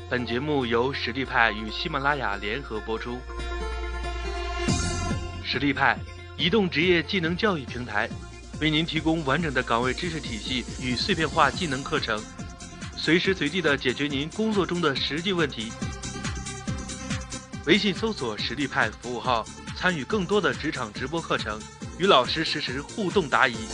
本节目由实力派与喜马拉雅联合播出。实力派移动职业技能教育平台，为您提供完整的岗位知识体系与碎片化技能课程，随时随地的解决您工作中的实际问题。微信搜索实力派服务号，参与更多的职场直播课程，与老师实时互动答疑。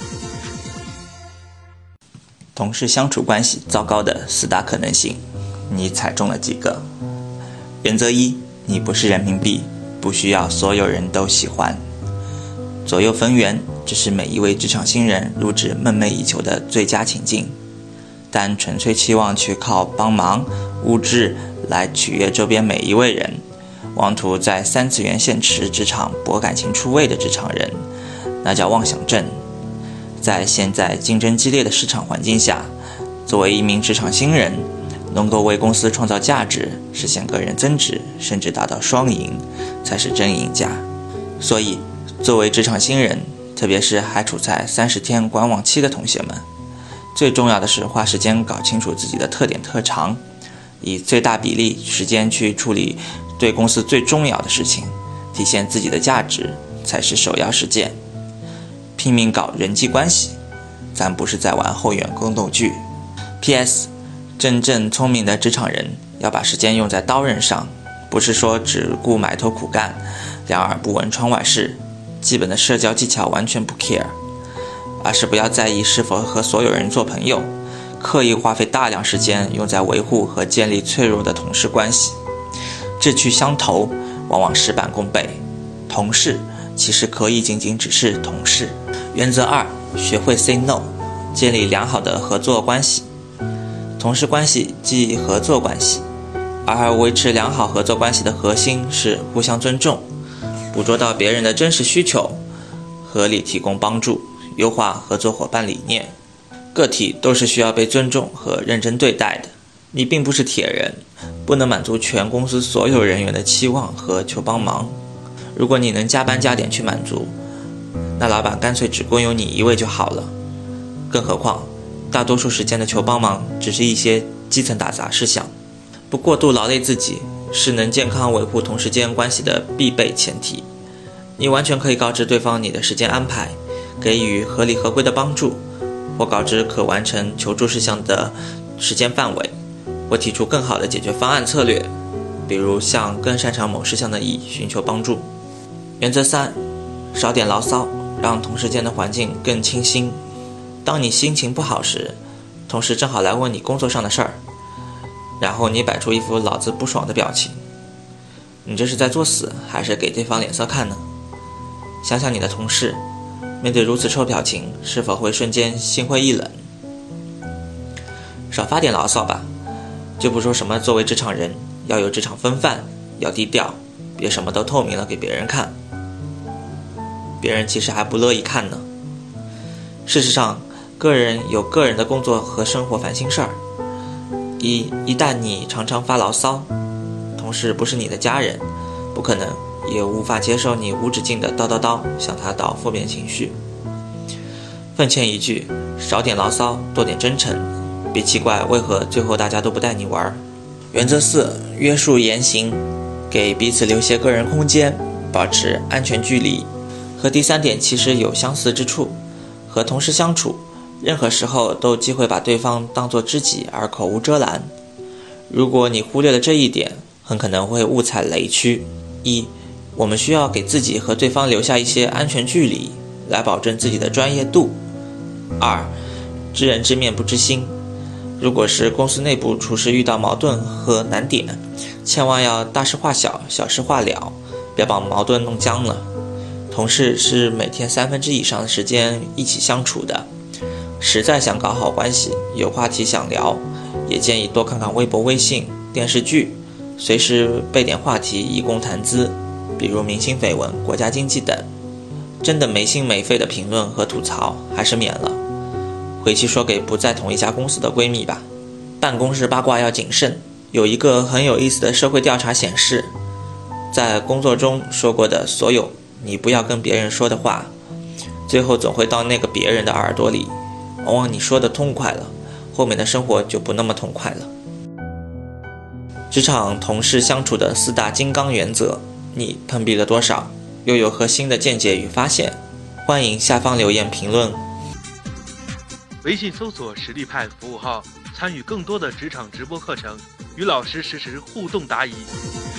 同事相处关系糟糕的4大可能性，你踩中了几个？原则1，你不是人民币，不需要所有人都喜欢。左右逢源，这是每一位职场新人入职梦寐以求的最佳情境。但纯粹期望去靠帮忙、物质来取悦周边每一位人，妄图在3次元现实职场博感情出位的职场人，那叫妄想症。在现在竞争激烈的市场环境下，作为一名职场新人，能够为公司创造价值，实现个人增值，甚至达到双赢，才是真赢家。所以，作为职场新人，特别是还处在30天观望期的同学们，最重要的是花时间搞清楚自己的特点特长，以最大比例时间去处理对公司最重要的事情，体现自己的价值，才是首要实践。拼命搞人际关系，咱不是在玩后援宫斗剧。PS， 真正聪明的职场人要把时间用在刀刃上，不是说只顾埋头苦干，两耳不闻窗外事，基本的社交技巧完全不 care， 而是不要在意是否和所有人做朋友，刻意花费大量时间用在维护和建立脆弱的同事关系。志趣相投，往往事半功倍。同事其实可以仅仅只是同事。原则2，学会 say no， 建立良好的合作关系。同事关系即合作关系，而维持良好合作关系的核心是互相尊重，捕捉到别人的真实需求，合理提供帮助，优化合作伙伴理念。个体都是需要被尊重和认真对待的，你并不是铁人，不能满足全公司所有人员的期望和求帮忙。如果你能加班加点去满足，那老板干脆只雇佣你一位就好了。更何况大多数时间的求帮忙只是一些基层打杂事项，不过度劳累自己是能健康维护同事间关系的必备前提。你完全可以告知对方你的时间安排，给予合理合规的帮助，或告知可完成求助事项的时间范围，或提出更好的解决方案策略，比如向更擅长某事项的乙寻求帮助。原则3，少点牢骚，让同事间的环境更清新。当你心情不好时，同事正好来问你工作上的事儿，然后你摆出一副老子不爽的表情，你这是在作死还是给对方脸色看呢？想想你的同事面对如此臭表情，是否会瞬间心灰意冷？少发点牢骚吧，就不说什么作为职场人要有职场风范，要低调，别什么都透明了给别人看，别人其实还不乐意看呢。事实上，个人有个人的工作和生活烦心事儿，一旦你常常发牢骚，同事不是你的家人，不可能也无法接受你无止境的叨，向他导负面情绪。奉劝一句，少点牢骚，多点真诚，别奇怪为何最后大家都不带你玩。原则4，约束言行，给彼此留些个人空间，保持安全距离。和第3点其实有相似之处，和同事相处，任何时候都有机会把对方当作知己而口无遮拦。如果你忽略了这一点，很可能会误踩雷区。1，我们需要给自己和对方留下一些安全距离，来保证自己的专业度。2，知人知面不知心。如果是公司内部处事遇到矛盾和难点，千万要大事化小，小事化了，别把矛盾弄僵了。同事是每天1/3以上的时间一起相处的，实在想搞好关系，有话题想聊，也建议多看看微博、微信、电视剧，随时备点话题以供谈资，比如明星绯闻、国家经济等。真的没心没肺的评论和吐槽还是免了，回去说给不在同一家公司的闺蜜吧。办公室八卦要谨慎。有一个很有意思的社会调查显示，在工作中说过的所有你不要跟别人说的话，最后总会到那个别人的耳朵里，往往你说的痛快了，后面的生活就不那么痛快了。 职场同事相处的4大金刚原则，你碰壁了多少？又有何新的见解与发现？欢迎下方留言评论。 微信搜索实力派服务号，参与更多的职场直播课程，与老师实时互动答疑。